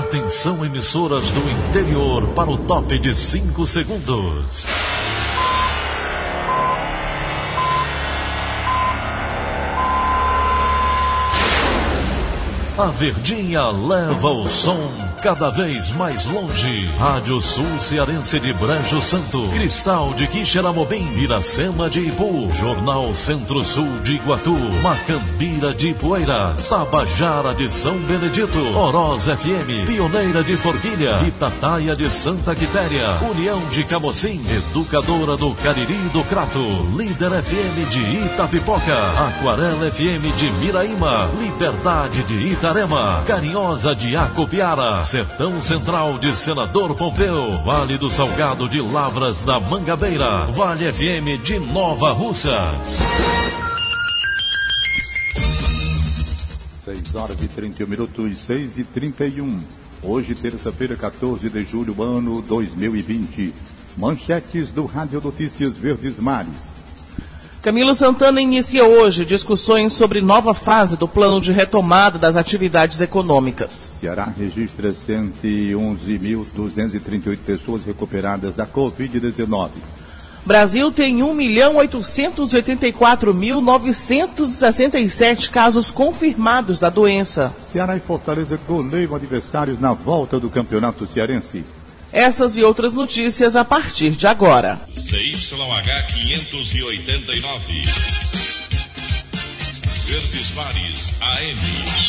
Atenção, emissoras do interior, para o top de 5 segundos. A Verdinha leva o som cada vez mais longe. Rádio Sul Cearense de Brejo Santo, Cristal de Quixeramobim, Iracema de Ipu, Jornal Centro-Sul de Iguatu, Macambira de Poeiras, Tabajara de São Benedito, Oroz FM, Pioneira de Forquilha, Itataia de Santa Quitéria, União de Camocim, Educadora do Cariri do Crato, Líder FM de Itapipoca, Aquarela FM de Miraíma, Liberdade de Itarema, Carinhosa de Acopiara, Sertão Central de Senador Pompeu, Vale do Salgado de Lavras da Mangabeira, Vale FM de Nova Russas. 6h31, 6h31. Hoje, terça-feira, 14 de julho, ano 2020. Manchetes do Rádio Notícias Verdes Mares. Camilo Santana inicia hoje discussões sobre nova fase do plano de retomada das atividades econômicas. Ceará registra 111.238 pessoas recuperadas da Covid-19. Brasil tem 1.884.967 casos confirmados da doença. Ceará e Fortaleza goleiam adversários na volta do Campeonato Cearense. Essas e outras notícias a partir de agora. CYH 589. Verdes Mares AM.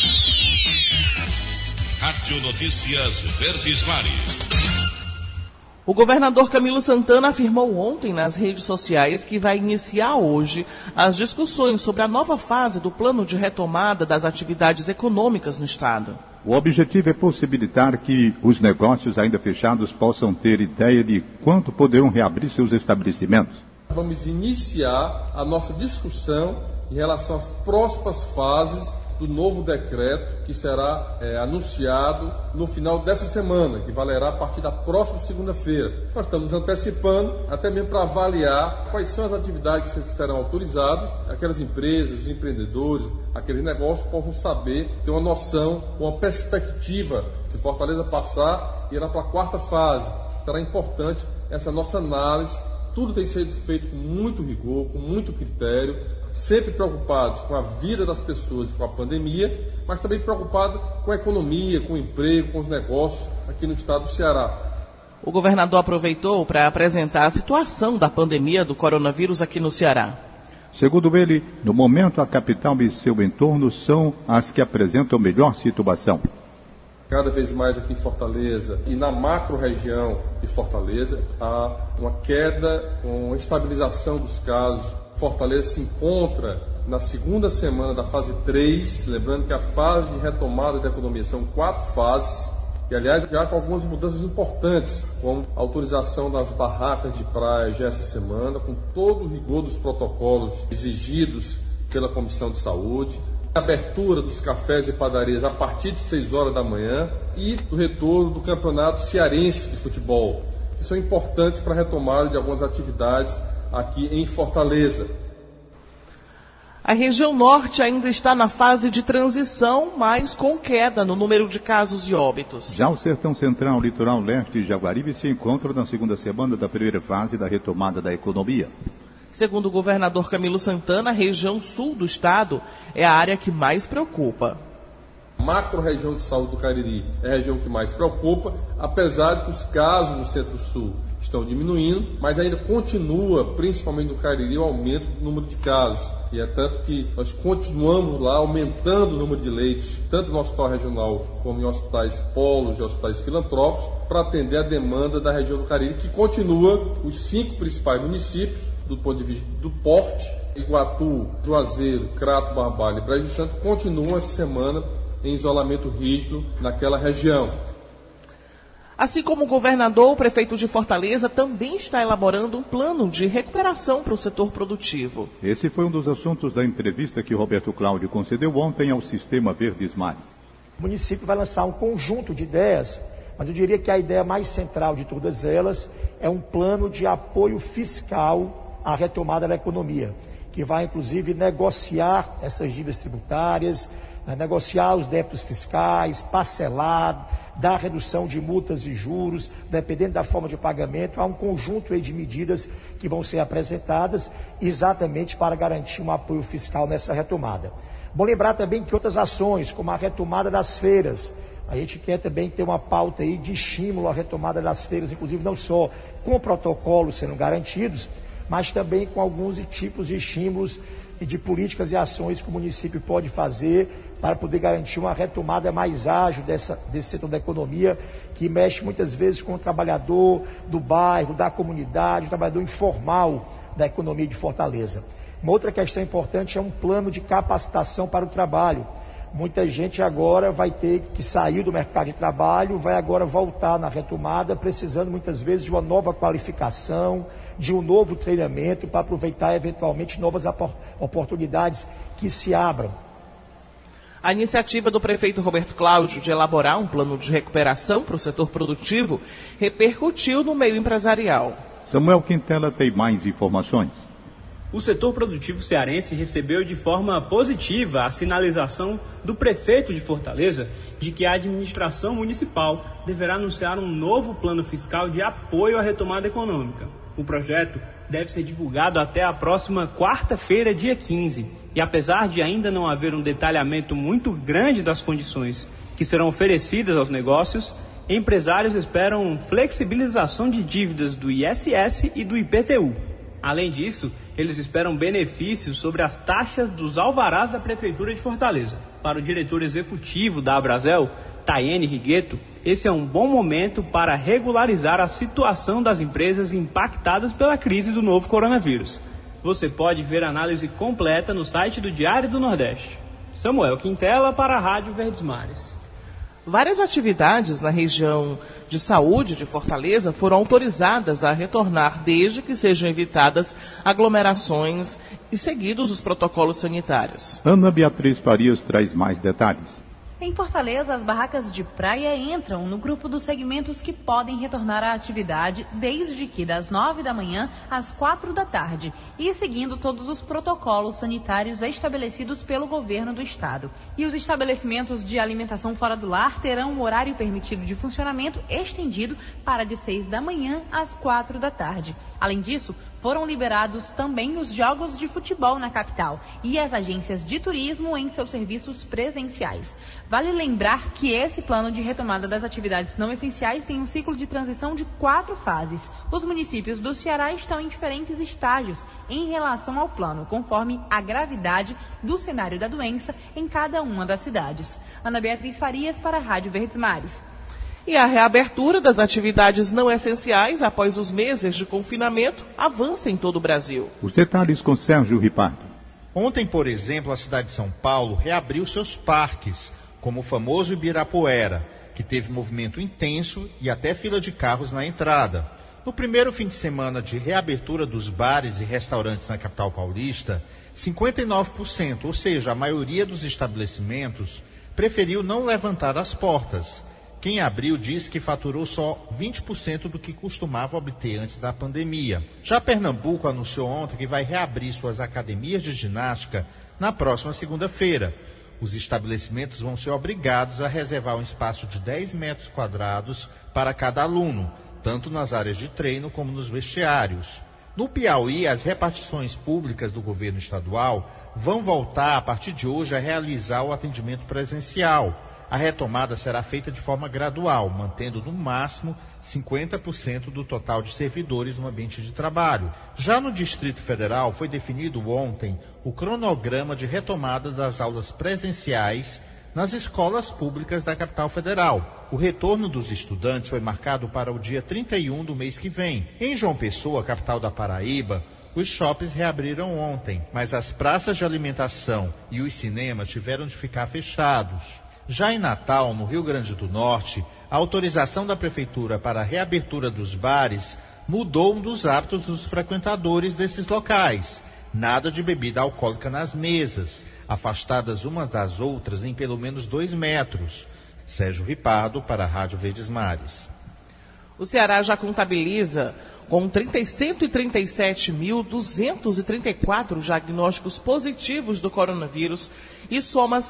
Rádio Notícias Verdes Mares. O governador Camilo Santana afirmou ontem nas redes sociais que vai iniciar hoje as discussões sobre a nova fase do plano de retomada das atividades econômicas no estado. O objetivo é possibilitar que os negócios ainda fechados possam ter ideia de quanto poderão reabrir seus estabelecimentos. Vamos iniciar a nossa discussão em relação às próximas fases do novo decreto que será anunciado no final dessa semana, que valerá a partir da próxima segunda-feira. Nós estamos antecipando até mesmo para avaliar quais são as atividades que serão autorizadas, aquelas empresas, os empreendedores, aqueles negócios possam saber, ter uma noção, uma perspectiva. Se Fortaleza passar, irá para a quarta fase. Será importante essa nossa análise. Tudo tem sido feito com muito rigor, com muito critério, sempre preocupados com a vida das pessoas e com a pandemia, mas também preocupados com a economia, com o emprego, com os negócios aqui no estado do Ceará. O governador aproveitou para apresentar a situação da pandemia do coronavírus aqui no Ceará. Segundo ele, no momento a capital e seu entorno são as que apresentam melhor situação. Cada vez mais aqui em Fortaleza e na macro-região de Fortaleza há uma queda, uma estabilização dos casos. Fortaleza se encontra na segunda semana da fase 3, lembrando que a fase de retomada da economia são 4 fases, e aliás já com algumas mudanças importantes, como a autorização das barracas de praia já essa semana, com todo o rigor dos protocolos exigidos pela Comissão de Saúde, a abertura dos cafés e padarias a partir de 6 horas da manhã e o retorno do Campeonato Cearense de Futebol, que são importantes para a retomada de algumas atividades aqui em Fortaleza. A região norte ainda está na fase de transição, mas com queda no número de casos e óbitos. Já o Sertão Central, Litoral Leste e Jaguaribe se encontram na segunda semana da primeira fase da retomada da economia. Segundo o governador Camilo Santana, a região sul do estado é a área que mais preocupa. A macro-região de saúde do Cariri é a região que mais preocupa, apesar de que os casos no centro-sul estão diminuindo, mas ainda continua, principalmente no Cariri, o aumento do número de casos. E é tanto que nós continuamos lá aumentando o número de leitos, tanto no hospital regional como em hospitais polos e hospitais filantrópicos, para atender a demanda da região do Cariri, que continua os 5 principais municípios, do ponto de vista do porte, Iguatu, Juazeiro, Crato, Barbalha e Brejo Santo, continuam essa semana em isolamento rígido naquela região. Assim como o governador, o prefeito de Fortaleza também está elaborando um plano de recuperação para o setor produtivo. Esse foi um dos assuntos da entrevista que Roberto Cláudio concedeu ontem ao Sistema Verdes Mares. O município vai lançar um conjunto de ideias, mas eu diria que a ideia mais central de todas elas é um plano de apoio fiscal à retomada da economia, que vai inclusive negociar essas dívidas tributárias, negociar os débitos fiscais, parcelar, dar redução de multas e juros, dependendo da forma de pagamento. Há um conjunto aí de medidas que vão ser apresentadas exatamente para garantir um apoio fiscal nessa retomada. Bom lembrar também que outras ações, como a retomada das feiras, a gente quer também ter uma pauta aí de estímulo à retomada das feiras, inclusive não só com protocolos sendo garantidos, mas também com alguns tipos de estímulos e de políticas e ações que o município pode fazer para poder garantir uma retomada mais ágil desse setor da economia, que mexe muitas vezes com o trabalhador do bairro, da comunidade, o trabalhador informal da economia de Fortaleza. Uma outra questão importante é um plano de capacitação para o trabalho. Muita gente agora vai ter que sair do mercado de trabalho, vai agora voltar na retomada, precisando muitas vezes de uma nova qualificação, de um novo treinamento para aproveitar eventualmente novas oportunidades que se abram. A iniciativa do prefeito Roberto Cláudio de elaborar um plano de recuperação para o setor produtivo repercutiu no meio empresarial. Samuel Quintela tem mais informações. O setor produtivo cearense recebeu de forma positiva a sinalização do prefeito de Fortaleza de que a administração municipal deverá anunciar um novo plano fiscal de apoio à retomada econômica. O projeto deve ser divulgado até a próxima quarta-feira, dia 15. E apesar de ainda não haver um detalhamento muito grande das condições que serão oferecidas aos negócios, empresários esperam flexibilização de dívidas do ISS e do IPTU. Além disso, eles esperam benefícios sobre as taxas dos alvarás da Prefeitura de Fortaleza. Para o diretor executivo da Abrazel, Tayene Rigueto, esse é um bom momento para regularizar a situação das empresas impactadas pela crise do novo coronavírus. Você pode ver a análise completa no site do Diário do Nordeste. Samuel Quintela para a Rádio Verdes Mares. Várias atividades na região de saúde de Fortaleza foram autorizadas a retornar desde que sejam evitadas aglomerações e seguidos os protocolos sanitários. Ana Beatriz Farias traz mais detalhes. Em Fortaleza, as barracas de praia entram no grupo dos segmentos que podem retornar à atividade desde que das 9 da manhã às 4 da tarde e seguindo todos os protocolos sanitários estabelecidos pelo governo do estado. E os estabelecimentos de alimentação fora do lar terão o horário permitido de funcionamento estendido para de 6 da manhã às 4 da tarde. Além disso, foram liberados também os jogos de futebol na capital e as agências de turismo em seus serviços presenciais. Vale lembrar que esse plano de retomada das atividades não essenciais tem um ciclo de transição de 4 fases. Os municípios do Ceará estão em diferentes estágios em relação ao plano, conforme a gravidade do cenário da doença em cada uma das cidades. Ana Beatriz Farias para a Rádio Verdes Mares. E a reabertura das atividades não essenciais após os meses de confinamento avança em todo o Brasil. Os detalhes com Sérgio Ripardo. Ontem, por exemplo, a cidade de São Paulo reabriu seus parques, como o famoso Ibirapuera, que teve movimento intenso e até fila de carros na entrada. No primeiro fim de semana de reabertura dos bares e restaurantes na capital paulista, 59%, ou seja, a maioria dos estabelecimentos, preferiu não levantar as portas. Quem abriu diz que faturou só 20% do que costumava obter antes da pandemia. Já Pernambuco anunciou ontem que vai reabrir suas academias de ginástica na próxima segunda-feira. Os estabelecimentos vão ser obrigados a reservar um espaço de 10 metros quadrados para cada aluno, tanto nas áreas de treino como nos vestiários. No Piauí, as repartições públicas do governo estadual vão voltar, a partir de hoje, a realizar o atendimento presencial. A retomada será feita de forma gradual, mantendo no máximo 50% do total de servidores no ambiente de trabalho. Já no Distrito Federal, foi definido ontem o cronograma de retomada das aulas presenciais nas escolas públicas da capital federal. O retorno dos estudantes foi marcado para o dia 31 do mês que vem. Em João Pessoa, capital da Paraíba, os shoppings reabriram ontem, mas as praças de alimentação e os cinemas tiveram de ficar fechados. Já em Natal, no Rio Grande do Norte, a autorização da Prefeitura para a reabertura dos bares mudou um dos hábitos dos frequentadores desses locais. Nada de bebida alcoólica nas mesas, afastadas umas das outras em pelo menos 2 metros. Sérgio Ripardo para a Rádio Verdes Mares. O Ceará já contabiliza com 137.234 diagnósticos positivos do coronavírus e soma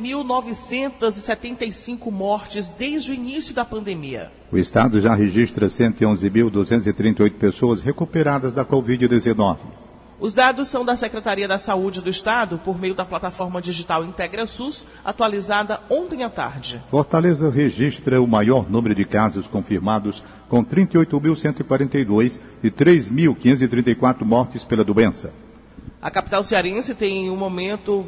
6.975 mortes desde o início da pandemia. O estado já registra 111.238 pessoas recuperadas da Covid-19. Os dados são da Secretaria da Saúde do Estado por meio da plataforma digital IntegraSUS, atualizada ontem à tarde. Fortaleza registra o maior número de casos confirmados, com 38.142 e 3.534 mortes pela doença. A capital cearense tem, no momento,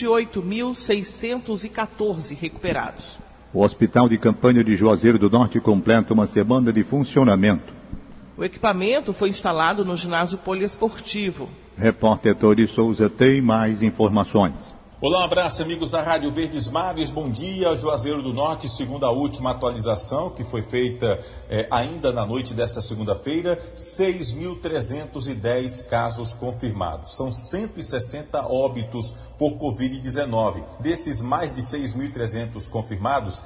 28.614 recuperados. O Hospital de Campanha de Juazeiro do Norte completa uma semana de funcionamento. O equipamento foi instalado no ginásio poliesportivo. Repórter Tori Souza tem mais informações. Olá, um abraço, amigos da Rádio Verdes Mares. Bom dia, Juazeiro do Norte, segundo a última atualização, que foi feita ainda na noite desta segunda-feira, 6.310 casos confirmados. São 160 óbitos por Covid-19. Desses mais de 6.300 confirmados,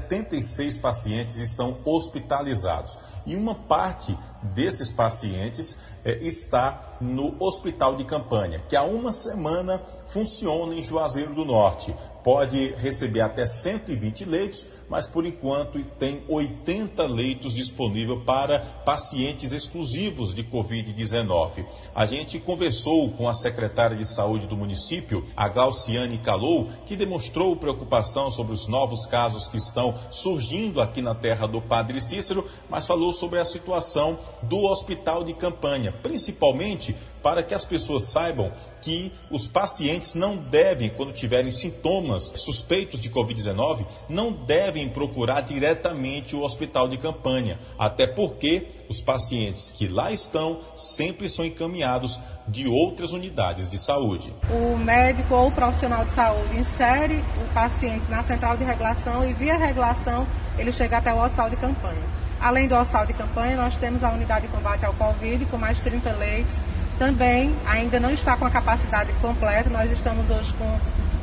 76 pacientes estão hospitalizados. E uma parte desses pacientes está no Hospital de Campanha, que há uma semana funciona em Juazeiro do Norte. Pode receber até 120 leitos, mas por enquanto tem 80 leitos disponíveis para pacientes exclusivos de Covid-19. A gente conversou com a secretária de saúde do município, a Glauciane Calou, que demonstrou preocupação sobre os novos casos que estão surgindo aqui na terra do Padre Cícero, mas falou sobre a situação do Hospital de Campanha, principalmente para que as pessoas saibam que os pacientes não devem, quando tiverem sintomas suspeitos de Covid-19, não devem procurar diretamente o Hospital de Campanha, até porque os pacientes que lá estão sempre são encaminhados de outras unidades de saúde. O médico ou o profissional de saúde insere o paciente na central de regulação e via regulação ele chega até o Hospital de Campanha. Além do Hospital de Campanha, nós temos a unidade de combate ao Covid com mais de 30 leitos. Também ainda não está com a capacidade completa, nós estamos hoje com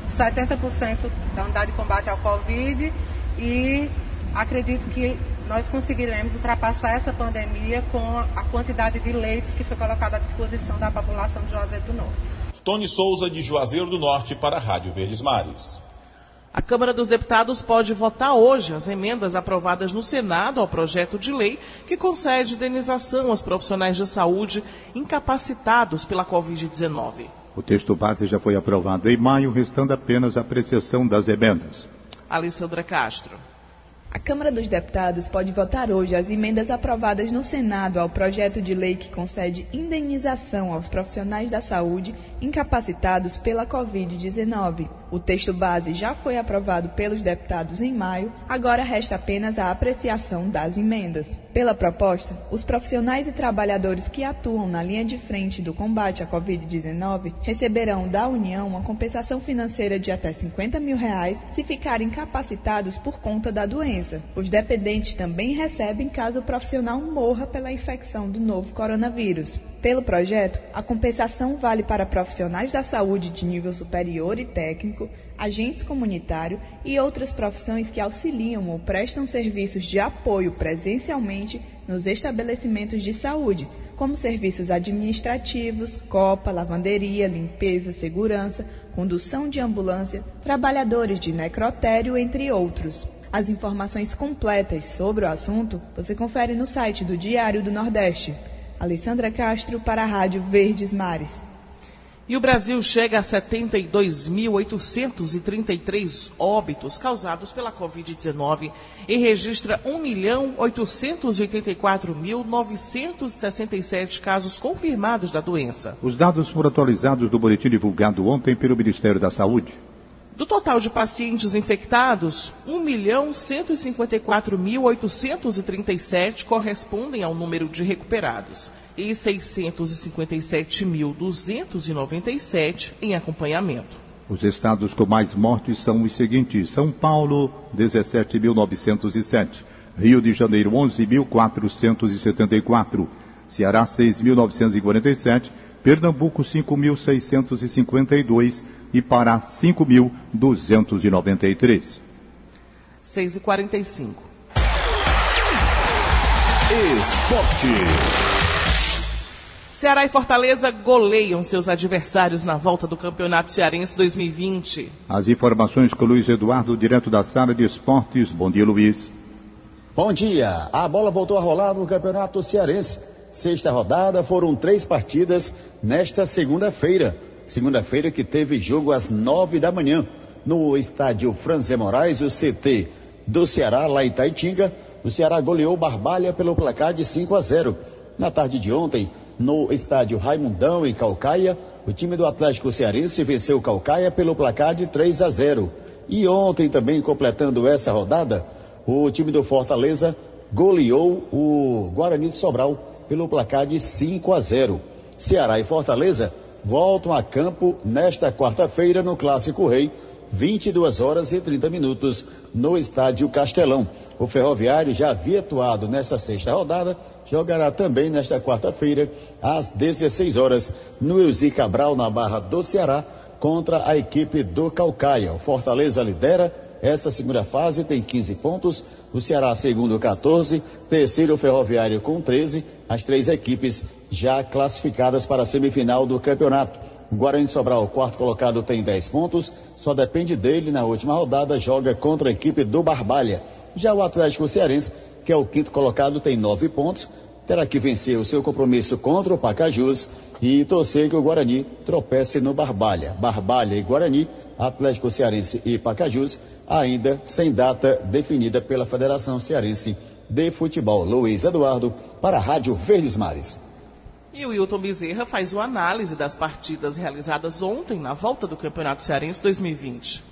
70% da unidade de combate ao Covid e acredito que nós conseguiremos ultrapassar essa pandemia com a quantidade de leitos que foi colocada à disposição da população de Juazeiro do Norte. Tony Souza, de Juazeiro do Norte, para a Rádio Verdes Mares. A Câmara dos Deputados pode votar hoje as emendas aprovadas no Senado ao projeto de lei que concede indenização aos profissionais de saúde incapacitados pela Covid-19. O texto base já foi aprovado em maio, restando apenas a apreciação das emendas. Alessandra Castro. A Câmara dos Deputados pode votar hoje as emendas aprovadas no Senado ao projeto de lei que concede indenização aos profissionais da saúde incapacitados pela Covid-19. O texto base já foi aprovado pelos deputados em maio, agora resta apenas a apreciação das emendas. Pela proposta, os profissionais e trabalhadores que atuam na linha de frente do combate à Covid-19 receberão da União uma compensação financeira de até R$50 mil se ficarem incapacitados por conta da doença. Os dependentes também recebem caso o profissional morra pela infecção do novo coronavírus. Pelo projeto, a compensação vale para profissionais da saúde de nível superior e técnico, agentes comunitários e outras profissões que auxiliam ou prestam serviços de apoio presencialmente nos estabelecimentos de saúde, como serviços administrativos, copa, lavanderia, limpeza, segurança, condução de ambulância, trabalhadores de necrotério, entre outros. As informações completas sobre o assunto você confere no site do Diário do Nordeste. Alessandra Castro para a Rádio Verdes Mares. E o Brasil chega a 72.833 óbitos causados pela Covid-19 e registra 1.884.967 casos confirmados da doença. Os dados foram atualizados do boletim divulgado ontem pelo Ministério da Saúde. Do total de pacientes infectados, 1.154.837 correspondem ao número de recuperados e 657.297 em acompanhamento. Os estados com mais mortes são os seguintes: São Paulo, 17.907, Rio de Janeiro, 11.474, Ceará, 6.947, Pernambuco, 5.652 e Pará, 5.293. 6h45. Esporte. Ceará e Fortaleza goleiam seus adversários na volta do Campeonato Cearense 2020. As informações com Luiz Eduardo, direto da sala de esportes. Bom dia, Luiz. Bom dia. A bola voltou a rolar no Campeonato Cearense. Sexta rodada, foram 3 partidas nesta segunda-feira. Segunda-feira que teve jogo às 9 da manhã. No estádio Franzé Moraes, o CT do Ceará, lá em Itaitinga. O Ceará goleou Barbalha pelo placar de 5-0. Na tarde de ontem, no estádio Raimundão, em Caucaia, o time do Atlético Cearense venceu o Caucaia pelo placar de 3-0. E ontem também, completando essa rodada, o time do Fortaleza goleou o Guarani de Sobral pelo placar de 5-0. Ceará e Fortaleza voltam a campo nesta quarta-feira no Clássico Rei, 22h30 no estádio Castelão. O Ferroviário já havia atuado nessa sexta rodada, jogará também nesta quarta-feira, às 16 horas, no Elzi Cabral, na Barra do Ceará, contra a equipe do Caucaia. O Fortaleza lidera essa segunda fase, tem 15 pontos, o Ceará segundo 14, terceiro o Ferroviário com 13, as 3 equipes já classificadas para a semifinal do campeonato. O Guarani de Sobral, o quarto colocado, tem 10 pontos, só depende dele na última rodada, joga contra a equipe do Barbalha. Já o Atlético Cearense, que é o quinto colocado, tem 9 pontos, terá que vencer o seu compromisso contra o Pacajus e torcer que o Guarani tropece no Barbalha. Barbalha e Guarani, Atlético Cearense e Pacajus, ainda sem data definida pela Federação Cearense de Futebol. Luiz Eduardo, para a Rádio Verdes Mares. E o Wilton Bezerra faz uma análise das partidas realizadas ontem na volta do Campeonato Cearense 2020.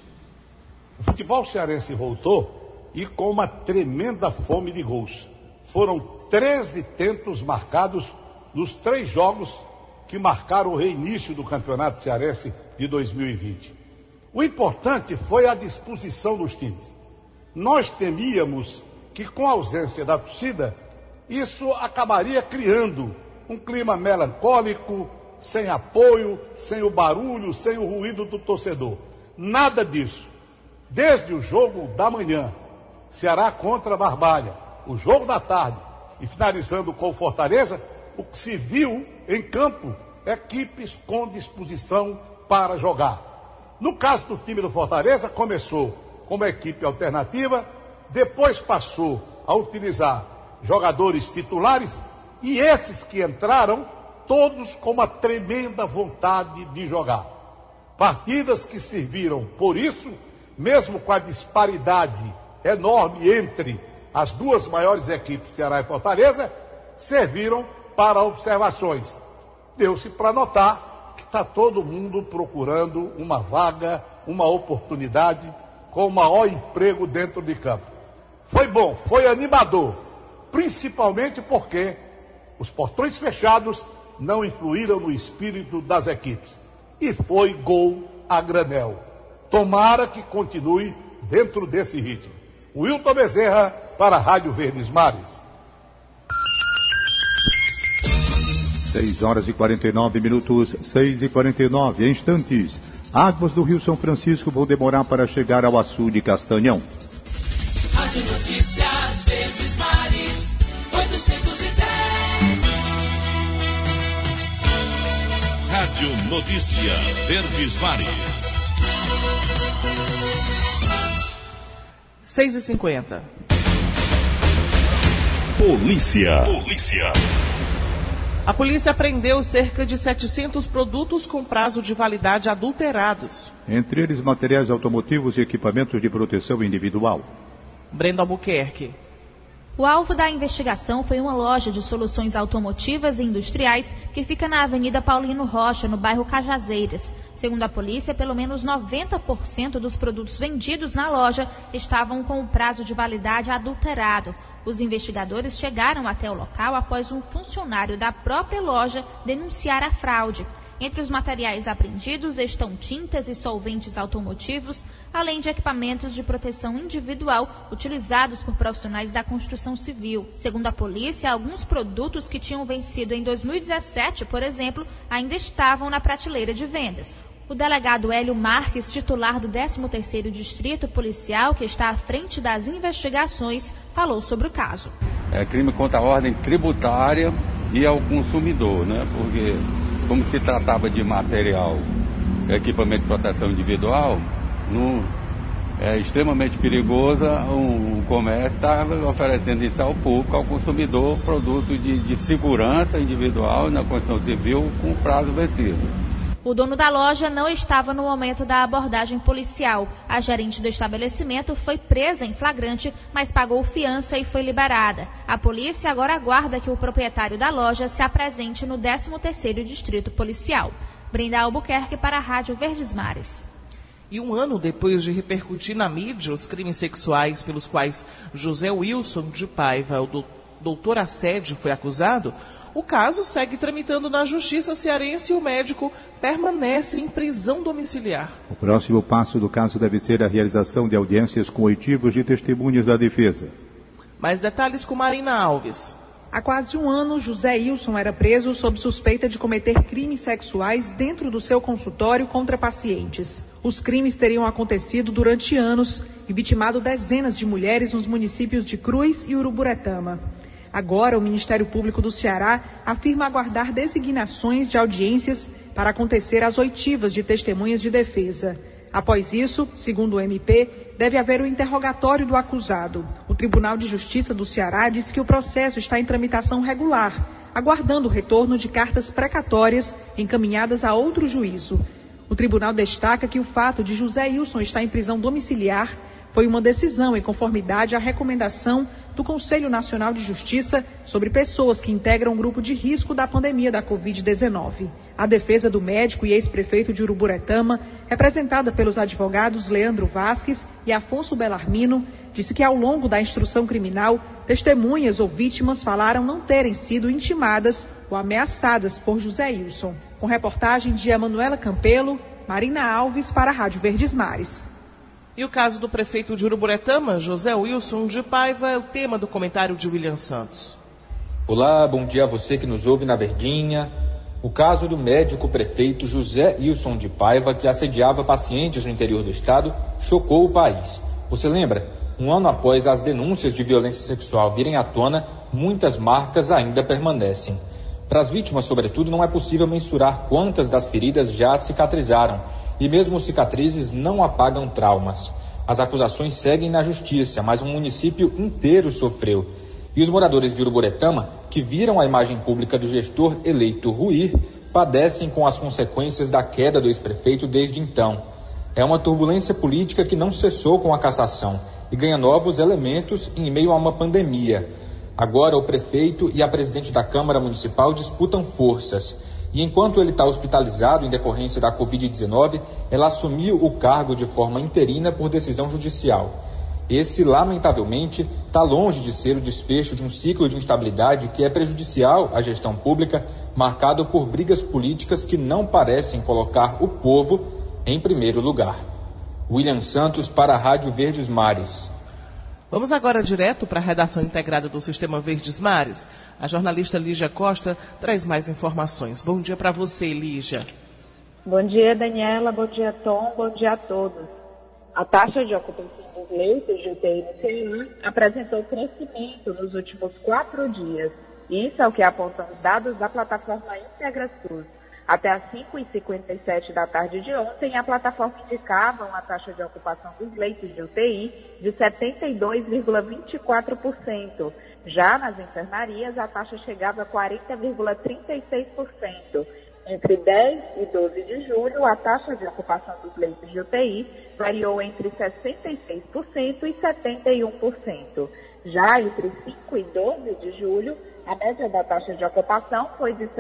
O futebol cearense voltou e com uma tremenda fome de gols. Foram 13 tentos marcados nos 3 jogos que marcaram o reinício do Campeonato Cearense de 2020. O importante foi a disposição dos times. Nós temíamos que com a ausência da torcida, isso acabaria criando um clima melancólico, sem apoio, sem o barulho, sem o ruído do torcedor. Nada disso. Desde o jogo da manhã, Ceará contra Barbalha, o jogo da tarde e finalizando com o Fortaleza, o que se viu em campo, equipes com disposição para jogar. No caso do time do Fortaleza, começou com uma equipe alternativa, depois passou a utilizar jogadores titulares e esses que entraram, todos com uma tremenda vontade de jogar. Partidas que serviram por isso, mesmo com a disparidade enorme entre as 2 maiores equipes, Ceará e Fortaleza, serviram para observações. Deu-se para notar que está todo mundo procurando uma vaga, uma oportunidade, com o maior emprego dentro de campo. Foi bom, foi animador, principalmente porque os portões fechados não influíram no espírito das equipes. E foi gol a granel. Tomara que continue dentro desse ritmo. Wilton Bezerra, para a Rádio Verdes Mares. 6h49, 6h49, em instantes. Águas do Rio São Francisco vão demorar para chegar ao açude Castanhão. Rádio Notícias Verdes Mares, 810. Rádio Notícia Verdes Mares. 6h50. Polícia. A polícia apreendeu cerca de 700 produtos com prazo de validade adulterados. Entre eles, materiais automotivos e equipamentos de proteção individual. Brenda Albuquerque. O alvo da investigação foi uma loja de soluções automotivas e industriais que fica na Avenida Paulino Rocha, no bairro Cajazeiras. Segundo a polícia, pelo menos 90% dos produtos vendidos na loja estavam com o prazo de validade adulterado. Os investigadores chegaram até o local após um funcionário da própria loja denunciar a fraude. Entre os materiais apreendidos estão tintas e solventes automotivos, além de equipamentos de proteção individual utilizados por profissionais da construção civil. Segundo a polícia, alguns produtos que tinham vencido em 2017, por exemplo, ainda estavam na prateleira de vendas. O delegado Hélio Marques, titular do 13º Distrito Policial, que está à frente das investigações, falou sobre o caso. É crime contra a ordem tributária e ao consumidor, né? Porque como se tratava de material, equipamento de proteção individual, é extremamente perigoso o comércio estar oferecendo isso ao público, ao consumidor, produto de segurança individual na construção civil com prazo vencido. O dono da loja não estava no momento da abordagem policial. A gerente do estabelecimento foi presa em flagrante, mas pagou fiança e foi liberada. A polícia agora aguarda que o proprietário da loja se apresente no 13º Distrito Policial. Brenda Albuquerque para a Rádio Verdes Mares. E um ano depois de repercutir na mídia os crimes sexuais pelos quais José Wilson de Paiva, o doutor assédio, foi acusado, o caso segue tramitando na Justiça cearense e o médico permanece em prisão domiciliar. O próximo passo do caso deve ser a realização de audiências com oitivos de testemunhas da defesa. Mais detalhes com Marina Alves. Há quase um ano, José Wilson era preso sob suspeita de cometer crimes sexuais dentro do seu consultório contra pacientes. Os crimes teriam acontecido durante anos e vitimado dezenas de mulheres nos municípios de Cruz e Uruburetama. Agora, o Ministério Público do Ceará afirma aguardar designações de audiências para acontecer as oitivas de testemunhas de defesa. Após isso, segundo o MP, deve haver o interrogatório do acusado. O Tribunal de Justiça do Ceará disse que o processo está em tramitação regular, aguardando o retorno de cartas precatórias encaminhadas a outro juízo. O tribunal destaca que o fato de José Wilson estar em prisão domiciliar foi uma decisão em conformidade à recomendação do Conselho Nacional de Justiça sobre pessoas que integram um grupo de risco da pandemia da Covid-19. A defesa do médico e ex-prefeito de Uruburetama, representada pelos advogados Leandro Vasques e Afonso Bellarmino, disse que ao longo da instrução criminal, testemunhas ou vítimas falaram não terem sido intimadas ou ameaçadas por José Wilson. Com reportagem de Emanuela Campelo, Marina Alves para a Rádio Verdes Mares. E o caso do prefeito de Uruburetama, José Wilson de Paiva, é o tema do comentário de William Santos. Olá, bom dia a você que nos ouve na Verdinha. O caso do médico prefeito José Wilson de Paiva, que assediava pacientes no interior do estado, chocou o país. Você lembra? Um ano após as denúncias de violência sexual virem à tona, muitas marcas ainda permanecem. Para as vítimas, sobretudo, não é possível mensurar quantas das feridas já cicatrizaram. E mesmo cicatrizes não apagam traumas. As acusações seguem na justiça, mas um município inteiro sofreu. E os moradores de Uruburetama, que viram a imagem pública do gestor eleito ruir, padecem com as consequências da queda do ex-prefeito desde então. É uma turbulência política que não cessou com a cassação e ganha novos elementos em meio a uma pandemia. Agora o prefeito e a presidente da Câmara Municipal disputam forças. E enquanto ele está hospitalizado em decorrência da Covid-19, ela assumiu o cargo de forma interina por decisão judicial. Esse, lamentavelmente, está longe de ser o desfecho de um ciclo de instabilidade que é prejudicial à gestão pública, marcado por brigas políticas que não parecem colocar o povo em primeiro lugar. William Santos para a Rádio Verdes Mares. Vamos agora direto para a redação integrada do Sistema Verdes Mares. A jornalista Lígia Costa traz mais informações. Bom dia para você, Lígia. Bom dia, Daniela. Bom dia, Tom. Bom dia a todos. A taxa de ocupação dos leitos de UTI no Ceará apresentou crescimento nos últimos 4 dias. Isso é o que apontam os dados da plataforma IntegraSUS. Até às 5h57 da tarde de ontem, a plataforma indicava uma taxa de ocupação dos leitos de UTI de 72,24%. Já nas enfermarias, a taxa chegava a 40,36%. Entre 10 e 12 de julho, a taxa de ocupação dos leitos de UTI variou entre 66% e 71%. Já entre 5 e 12 de julho, a média da taxa de ocupação foi de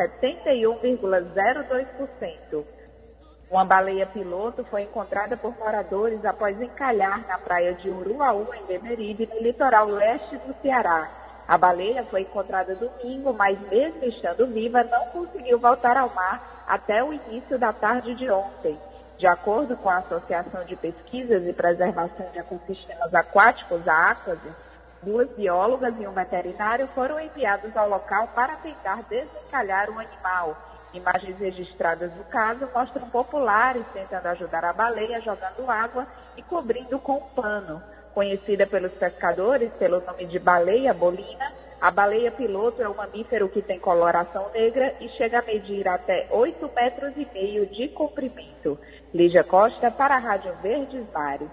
71,02%. Uma baleia piloto foi encontrada por moradores após encalhar na praia de Uruaú, em Bemeribe, no litoral leste do Ceará. A baleia foi encontrada domingo, mas mesmo estando viva, não conseguiu voltar ao mar até o início da tarde de ontem. De acordo com a Associação de Pesquisas e Preservação de Ecossistemas Aquáticos, a AQUASE, 2 biólogas e um veterinário foram enviados ao local para tentar desencalhar o animal. Imagens registradas do caso mostram populares tentando ajudar a baleia jogando água e cobrindo com pano. Conhecida pelos pescadores pelo nome de baleia bolina, a baleia piloto é um mamífero que tem coloração negra e chega a medir até 8,5 metros de comprimento. Lígia Costa para a Rádio Verdes Mares.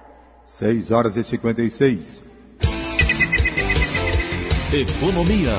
6h56. Economia.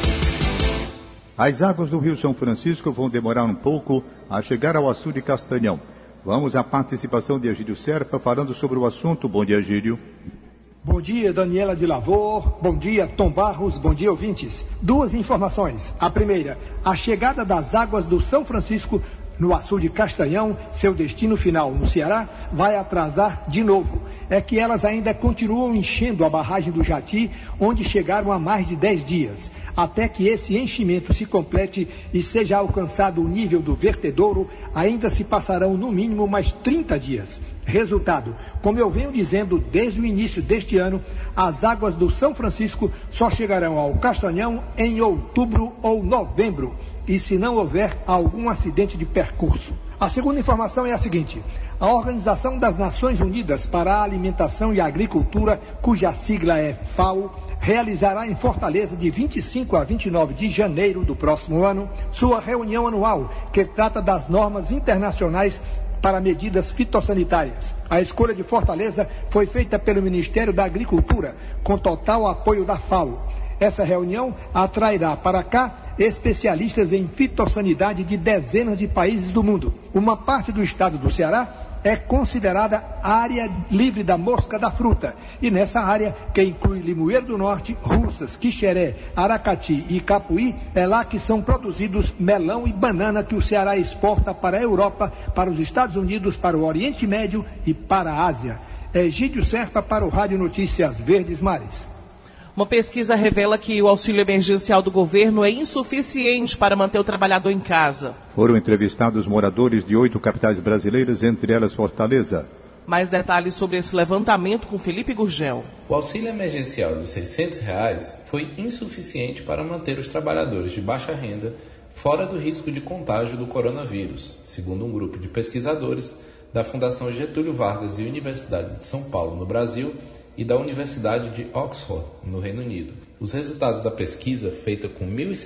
As águas do Rio São Francisco vão demorar um pouco a chegar ao açude Castanhão. Vamos à participação de Egídio Serpa falando sobre o assunto. Bom dia, Egídio. Bom dia, Daniela de Lavor. Bom dia, Tom Barros. Bom dia, ouvintes. Duas informações. A primeira, a chegada das águas do São Francisco no açude Castanhão, seu destino final no Ceará, vai atrasar de novo. É que elas ainda continuam enchendo a barragem do Jati, onde chegaram há mais de 10 dias. Até que esse enchimento se complete e seja alcançado o nível do vertedouro, ainda se passarão no mínimo mais 30 dias. Resultado, como eu venho dizendo desde o início deste ano, as águas do São Francisco só chegarão ao Castanhão em outubro ou novembro, e se não houver algum acidente de percurso. A segunda informação é a seguinte: a Organização das Nações Unidas para a Alimentação e a Agricultura, cuja sigla é FAO, realizará em Fortaleza de 25 a 29 de janeiro do próximo ano sua reunião anual, que trata das normas internacionais para medidas fitossanitárias. A escolha de Fortaleza foi feita pelo Ministério da Agricultura, com total apoio da FAO. Essa reunião atrairá para cá especialistas em fitossanidade de dezenas de países do mundo. Uma parte do estado do Ceará é considerada área livre da mosca da fruta. E nessa área, que inclui Limoeiro do Norte, Russas, Quixeré, Aracati e Capuí, é lá que são produzidos melão e banana que o Ceará exporta para a Europa, para os Estados Unidos, para o Oriente Médio e para a Ásia. Egídio Serpa para o Rádio Notícias Verdes Mares. Uma pesquisa revela que o auxílio emergencial do governo é insuficiente para manter o trabalhador em casa. Foram entrevistados moradores de 8 capitais brasileiras, entre elas Fortaleza. Mais detalhes sobre esse levantamento com Felipe Gurgel. O auxílio emergencial de R$ 600 foi insuficiente para manter os trabalhadores de baixa renda fora do risco de contágio do coronavírus, segundo um grupo de pesquisadores da Fundação Getúlio Vargas e Universidade de São Paulo, no Brasil, e da Universidade de Oxford, no Reino Unido. Os resultados da pesquisa, feita com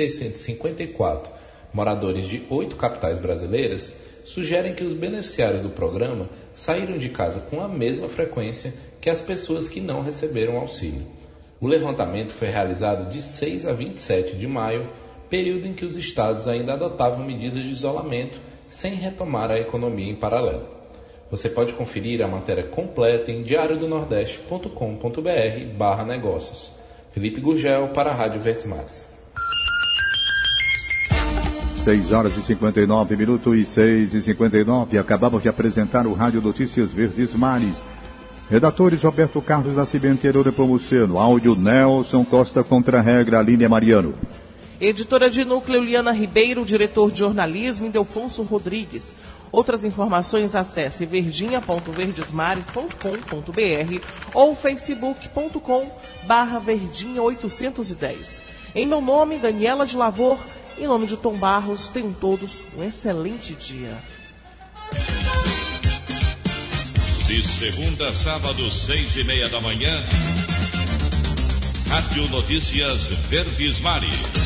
1.654 moradores de 8 capitais brasileiras, sugerem que os beneficiários do programa saíram de casa com a mesma frequência que as pessoas que não receberam auxílio. O levantamento foi realizado de 6 a 27 de maio, período em que os estados ainda adotavam medidas de isolamento sem retomar a economia em paralelo. Você pode conferir a matéria completa em diariodonordeste.com.br/negócios. Felipe Gurgel para a Rádio Verdes Mares. 6h59 e 6h59. Acabamos de apresentar o Rádio Notícias Verdes Mares. Redatores Roberto Carlos Nascimento e Herói Pomuceno. Áudio Nelson Costa Contra-Regra, Aline Mariano. Editora de núcleo Liana Ribeiro, diretor de jornalismo Ildefonso Rodrigues. Outras informações acesse verdinha.verdesmares.com.br ou facebook.com/verdinha810. Em meu nome, Daniela de Lavor, em nome de Tom Barros, tenham todos um excelente dia. De segunda a sábado, 6h30 da manhã, Rádio Notícias Verdes Mares.